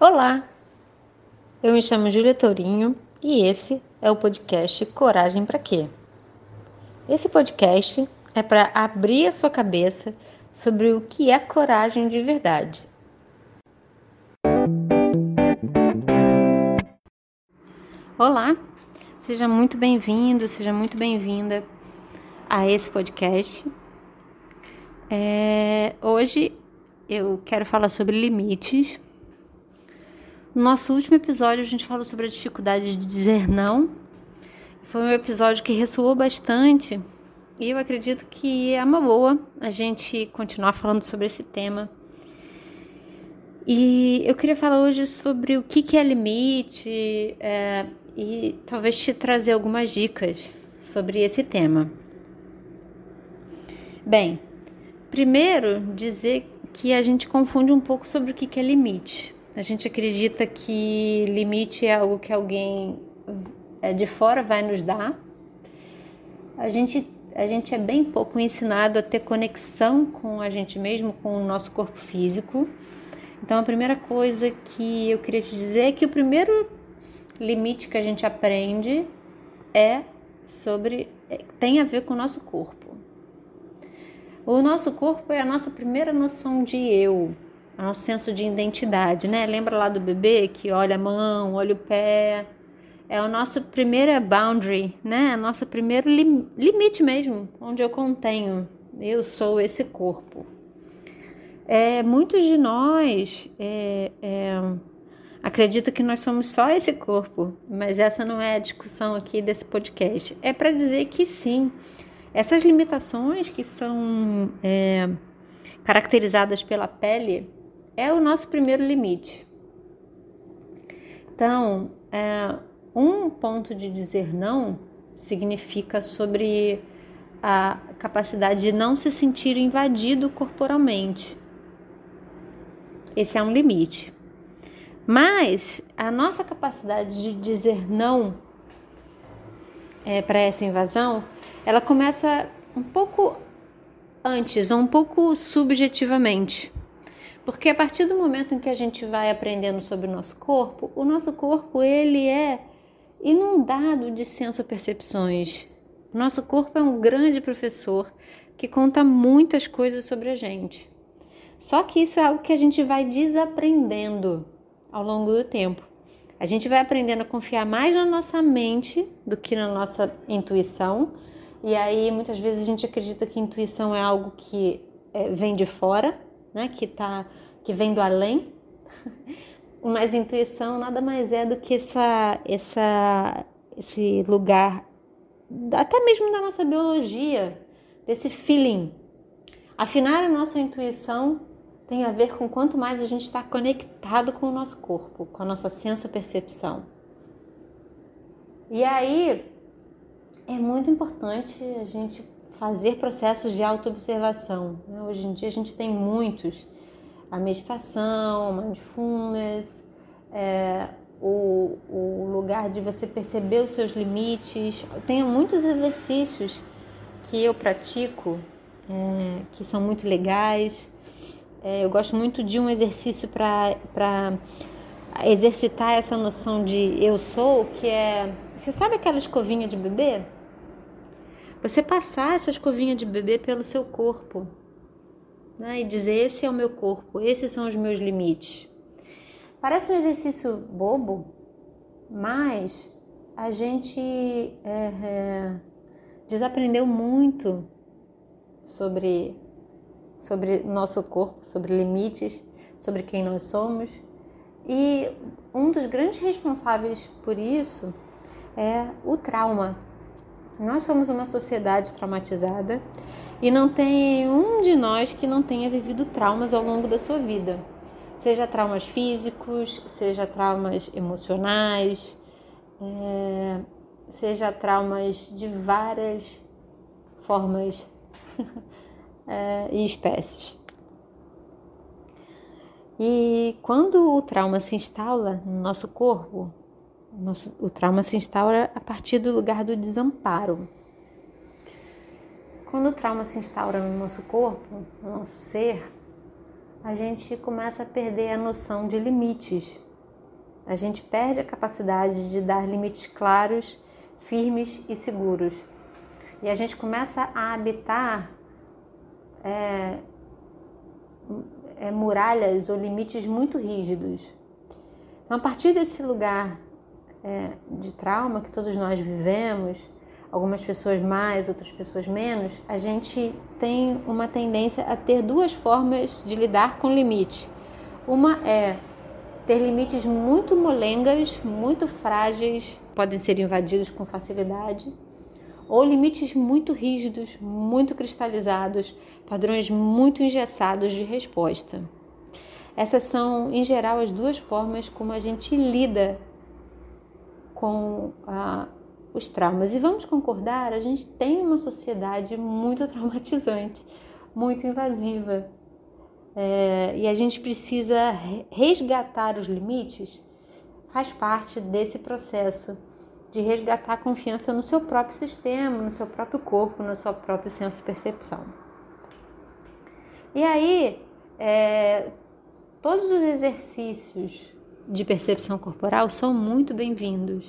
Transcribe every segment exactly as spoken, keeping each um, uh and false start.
Olá, eu me chamo Júlia Tourinho e esse é o podcast Coragem Pra Quê? Esse podcast é para abrir a sua cabeça sobre o que é coragem de verdade. Olá, seja muito bem-vindo, seja muito bem-vinda a esse podcast. É, hoje eu quero falar sobre limites. No nosso último episódio a gente falou sobre a dificuldade de dizer não. Foi um episódio que ressoou bastante e eu acredito que é uma boa a gente continuar falando sobre esse tema. E eu queria falar hoje sobre o que é limite é, e talvez te trazer algumas dicas sobre esse tema. Bem, primeiro dizer que a gente confunde um pouco sobre o que é limite. A gente acredita que limite é algo que alguém de fora vai nos dar. A gente, a gente é bem pouco ensinado a ter conexão com a gente mesmo, com o nosso corpo físico. Então, a primeira coisa que eu queria te dizer é que o primeiro limite que a gente aprende é sobre, tem a ver com o nosso corpo. O nosso corpo é a nossa primeira noção de eu, o nosso senso de identidade, né? Lembra lá do bebê que olha a mão, olha o pé? É a nossa primeira boundary, né? A nossa primeiro lim- limite mesmo, onde eu contenho, eu sou esse corpo. É, muitos de nós é, é, acreditam que nós somos só esse corpo, mas essa não é a discussão aqui desse podcast. É para dizer que sim, essas limitações que são é, caracterizadas pela pele é o nosso primeiro limite. Então, é, um ponto de dizer não significa sobre a capacidade de não se sentir invadido corporalmente. Esse é um limite. Mas a nossa capacidade de dizer não é, para essa invasão, ela começa um pouco antes, ou um pouco subjetivamente. Porque a partir do momento em que a gente vai aprendendo sobre o nosso corpo, o nosso corpo ele é inundado de sensopercepções. O nosso corpo é um grande professor que conta muitas coisas sobre a gente. Só que isso é algo que a gente vai desaprendendo ao longo do tempo. A gente vai aprendendo a confiar mais na nossa mente do que na nossa intuição. E aí, muitas vezes, a gente acredita que intuição é algo que é, vem de fora, né? que, tá, que vem do além. Mas intuição nada mais é do que essa, essa, esse lugar, até mesmo da nossa biologia, desse feeling. Afinar a nossa intuição tem a ver com quanto mais a gente está conectado com o nosso corpo, com a nossa sensopercepção. E aí é muito importante a gente fazer processos de autoobservação. Hoje em dia a gente tem muitos. A meditação, a mindfulness, é, o, o lugar de você perceber os seus limites. Tem muitos exercícios que eu pratico, é, que são muito legais. É, eu gosto muito de um exercício para exercitar essa noção de eu sou, que é... Você sabe aquela escovinha de bebê? Você passar essa escovinha de bebê pelo seu corpo, né, e dizer, esse é o meu corpo, esses são os meus limites. Parece um exercício bobo, mas a gente é, é, desaprendeu muito sobre, sobre nosso corpo, sobre limites, sobre quem nós somos. E um dos grandes responsáveis por isso é o trauma. Nós somos uma sociedade traumatizada e não tem um de nós que não tenha vivido traumas ao longo da sua vida. Seja traumas físicos, seja traumas emocionais, é, seja traumas de várias formas é, e espécies. E quando o trauma se instala no nosso corpo, nosso, o trauma se instaura a partir do lugar do desamparo. Quando o trauma se instaura no nosso corpo, no nosso ser, a gente começa a perder a noção de limites. A gente perde a capacidade de dar limites claros, firmes e seguros. E a gente começa a habitar é, é, muralhas ou limites muito rígidos. Então, a partir desse lugar é, de trauma que todos nós vivemos, algumas pessoas mais, outras pessoas menos, a gente tem uma tendência a ter duas formas de lidar com limite. Uma é ter limites muito molengas, muito frágeis, podem ser invadidos com facilidade, ou limites muito rígidos, muito cristalizados, padrões muito engessados de resposta. Essas são, em geral, as duas formas como a gente lida com a, os traumas. E vamos concordar, a gente tem uma sociedade muito traumatizante, muito invasiva. É, e a gente precisa resgatar os limites, faz parte desse processo de resgatar a confiança no seu próprio sistema, no seu próprio corpo, no seu próprio senso de percepção. E aí, é, todos os exercícios de percepção corporal são muito bem-vindos.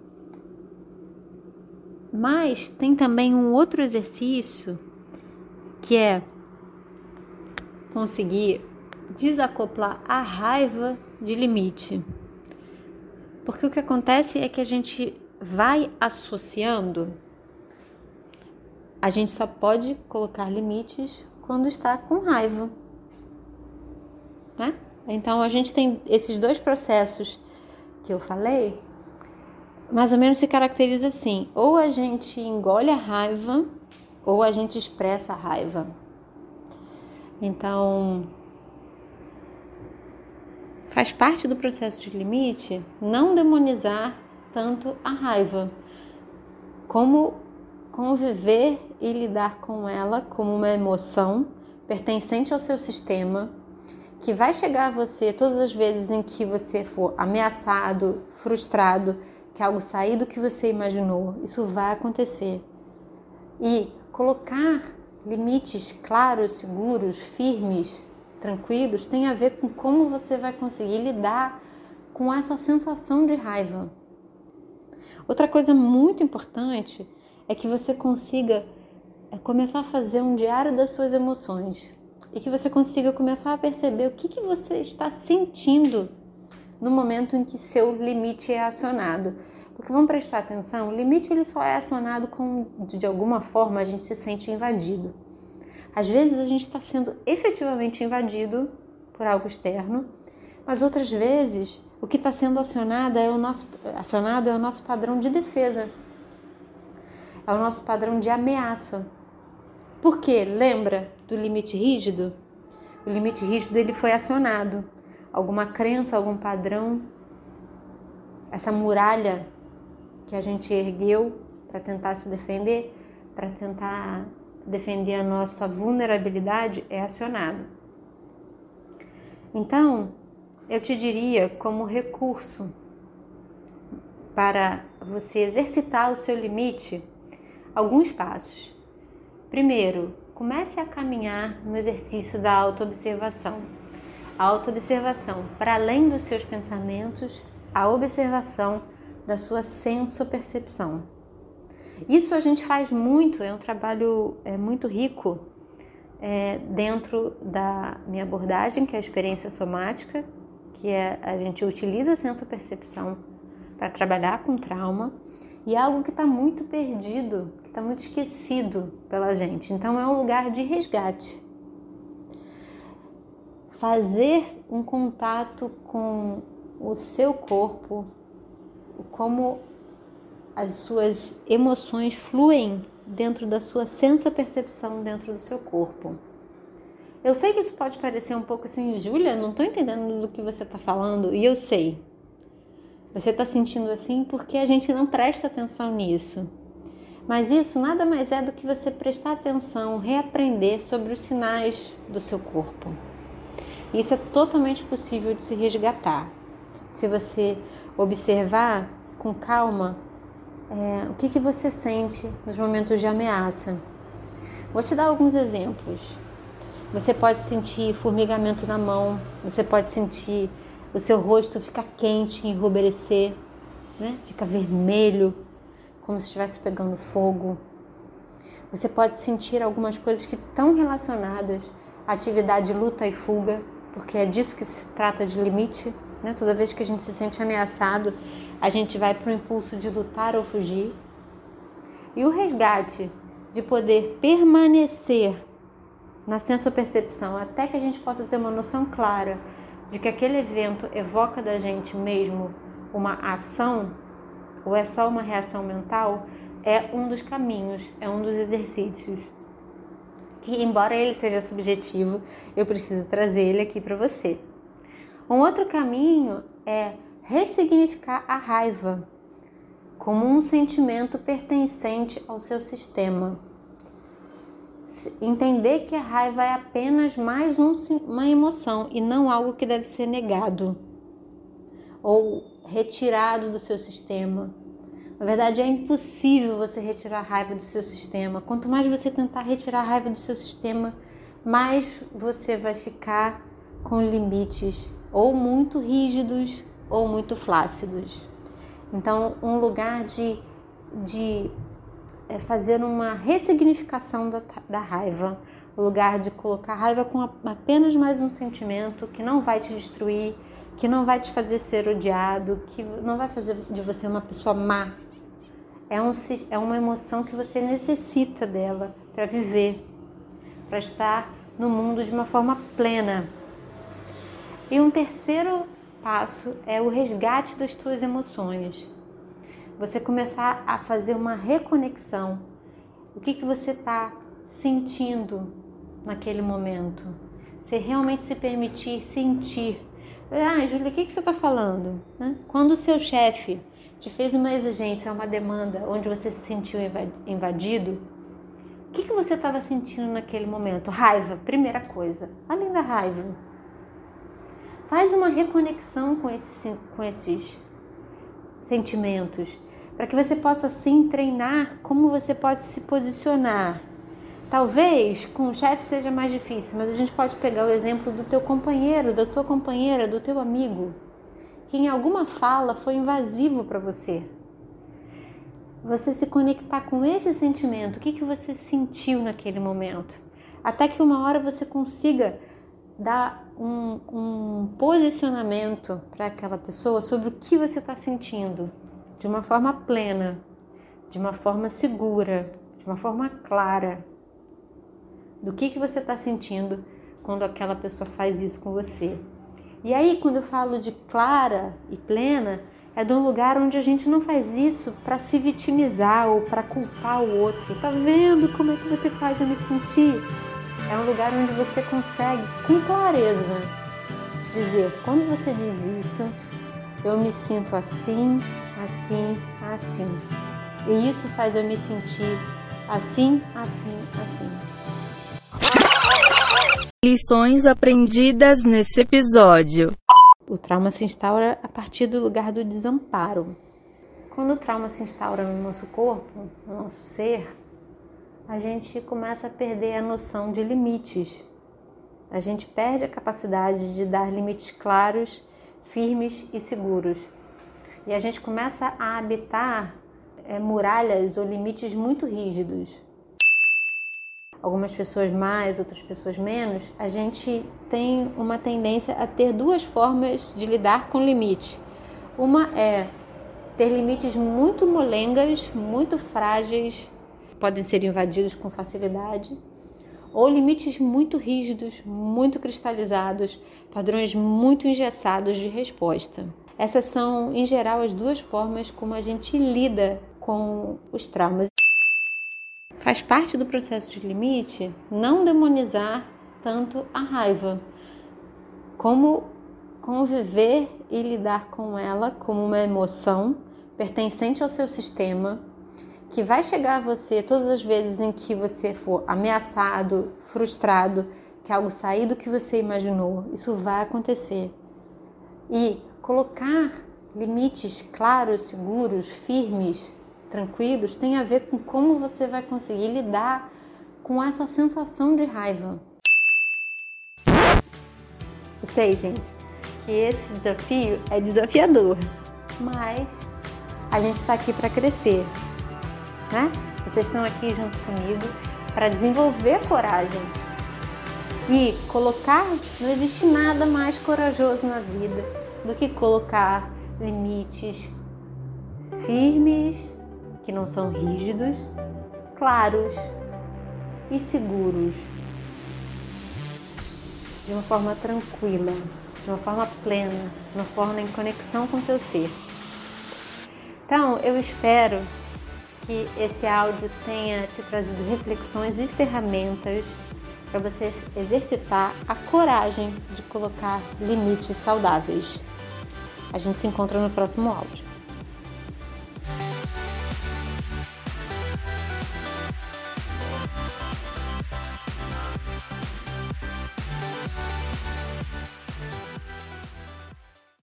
Mas tem também um outro exercício que é conseguir desacoplar a raiva de limite. Porque o que acontece é que a gente vai associando, a gente só pode colocar limites quando está com raiva, né? Então a gente tem esses dois processos que eu falei, mais ou menos se caracteriza assim: ou a gente engole a raiva, ou a gente expressa a raiva. Então, faz parte do processo de limite não demonizar tanto a raiva, como conviver e lidar com ela como uma emoção pertencente ao seu sistema, que vai chegar a você todas as vezes em que você for ameaçado, frustrado, que algo sair do que você imaginou. Isso vai acontecer. E colocar limites claros, seguros, firmes, tranquilos, tem a ver com como você vai conseguir lidar com essa sensação de raiva. Outra coisa muito importante é que você consiga começar a fazer um diário das suas emoções e que você consiga começar a perceber o que, que você está sentindo no momento em que seu limite é acionado. Porque vamos prestar atenção, o limite ele só é acionado quando de alguma forma a gente se sente invadido. Às vezes a gente está sendo efetivamente invadido por algo externo, mas outras vezes o que está sendo acionado é o nosso, acionado é o nosso padrão de defesa, é o nosso padrão de ameaça. Por quê? Lembra do limite rígido? O limite rígido ele foi acionado. Alguma crença, algum padrão, essa muralha que a gente ergueu para tentar se defender, para tentar defender a nossa vulnerabilidade, é acionado. Então, eu te diria como recurso para você exercitar o seu limite, alguns passos. Primeiro, comece a caminhar no exercício da autoobservação. A autoobservação, para além dos seus pensamentos, a observação da sua sensopercepção. Isso a gente faz muito, é um trabalho é, muito rico é, dentro da minha abordagem, que é a experiência somática, que é, a gente utiliza a sensopercepção para trabalhar com trauma, e é algo que está muito perdido, que está muito esquecido pela gente. Então é um lugar de resgate. Fazer um contato com o seu corpo, como as suas emoções fluem dentro da sua sensopercepção dentro do seu corpo. Eu sei que isso pode parecer um pouco assim, Júlia, não estou entendendo do que você está falando, e eu sei. Você está sentindo assim porque a gente não presta atenção nisso. Mas isso nada mais é do que você prestar atenção, reaprender sobre os sinais do seu corpo. Isso é totalmente possível de se resgatar. Se você observar com calma é, o que, que você sente nos momentos de ameaça. Vou te dar alguns exemplos. Você pode sentir formigamento na mão, você pode sentir o seu rosto fica quente, enrubescer, né? Fica vermelho, como se estivesse pegando fogo. Você pode sentir algumas coisas que estão relacionadas à atividade luta e fuga, porque é disso que se trata de limite, né? Toda vez que a gente se sente ameaçado, a gente vai para o impulso de lutar ou fugir. E o resgate de poder permanecer na sensopercepção até que a gente possa ter uma noção clara de que aquele evento evoca da gente mesmo uma ação ou é só uma reação mental, é um dos caminhos, é um dos exercícios que, embora ele seja subjetivo, eu preciso trazer ele aqui para você. Um outro caminho é ressignificar a raiva como um sentimento pertencente ao seu sistema. Entender que a raiva é apenas mais um, uma emoção e não algo que deve ser negado ou retirado do seu sistema. Na verdade, é impossível você retirar a raiva do seu sistema. Quanto mais você tentar retirar a raiva do seu sistema, mais você vai ficar com limites ou muito rígidos ou muito flácidos. Então, um lugar de, de é, fazer uma ressignificação da, da raiva, o lugar de colocar a raiva com apenas mais um sentimento que não vai te destruir, que não vai te fazer ser odiado, que não vai fazer de você uma pessoa má. É, um, é uma emoção que você necessita dela para viver, para estar no mundo de uma forma plena. E um terceiro passo é o resgate das tuas emoções. Você começar a fazer uma reconexão. O que, que você está sentindo naquele momento? Você realmente se permitir sentir. Ah, Júlia, o que, que você está falando? Quando o seu chefe te fez uma exigência, uma demanda, onde você se sentiu invadido, o que, que você estava sentindo naquele momento? Raiva, primeira coisa. Além da raiva, faz uma reconexão com, esse, com esses sentimentos, para que você possa, sim, treinar como você pode se posicionar. Talvez com o chefe seja mais difícil, mas a gente pode pegar o exemplo do teu companheiro, da tua companheira, do teu amigo, que em alguma fala foi invasivo para você. Você se conectar com esse sentimento, o que, que você sentiu naquele momento, até que uma hora você consiga dar um, um posicionamento para aquela pessoa sobre o que você está sentindo, de uma forma plena, de uma forma segura, de uma forma clara, do que, que você está sentindo quando aquela pessoa faz isso com você. E aí, quando eu falo de clara e plena, é de um lugar onde a gente não faz isso para se vitimizar ou para culpar o outro. Tá vendo como é que você faz eu me sentir? É um lugar onde você consegue, com clareza, dizer, quando você diz isso, eu me sinto assim, assim, assim. E isso faz eu me sentir assim, assim, assim. Lições aprendidas nesse episódio. O trauma se instaura a partir do lugar do desamparo. Quando o trauma se instaura no nosso corpo, no nosso ser, a gente começa a perder a noção de limites. A gente perde a capacidade de dar limites claros, firmes e seguros. E a gente começa a habitar é, muralhas ou limites muito rígidos. Algumas pessoas mais, outras pessoas menos, a gente tem uma tendência a ter duas formas de lidar com limite. Uma é ter limites muito molengas, muito frágeis, podem ser invadidos com facilidade, ou limites muito rígidos, muito cristalizados, padrões muito engessados de resposta. Essas são, em geral, as duas formas como a gente lida com os traumas. Faz parte do processo de limite não demonizar tanto a raiva, como conviver e lidar com ela como uma emoção pertencente ao seu sistema, que vai chegar a você todas as vezes em que você for ameaçado, frustrado, que algo sair do que você imaginou. Isso vai acontecer. E colocar limites claros, seguros, firmes, tranquilos, tem a ver com como você vai conseguir lidar com essa sensação de raiva. Eu sei, gente, que esse desafio é desafiador, mas a gente está aqui para crescer, né? Vocês estão aqui junto comigo para desenvolver coragem e colocar, não existe nada mais corajoso na vida do que colocar limites firmes, que não são rígidos, claros e seguros, de uma forma tranquila, de uma forma plena, de uma forma em conexão com o seu ser. Então, eu espero que esse áudio tenha te trazido reflexões e ferramentas para você exercitar a coragem de colocar limites saudáveis. A gente se encontra no próximo áudio.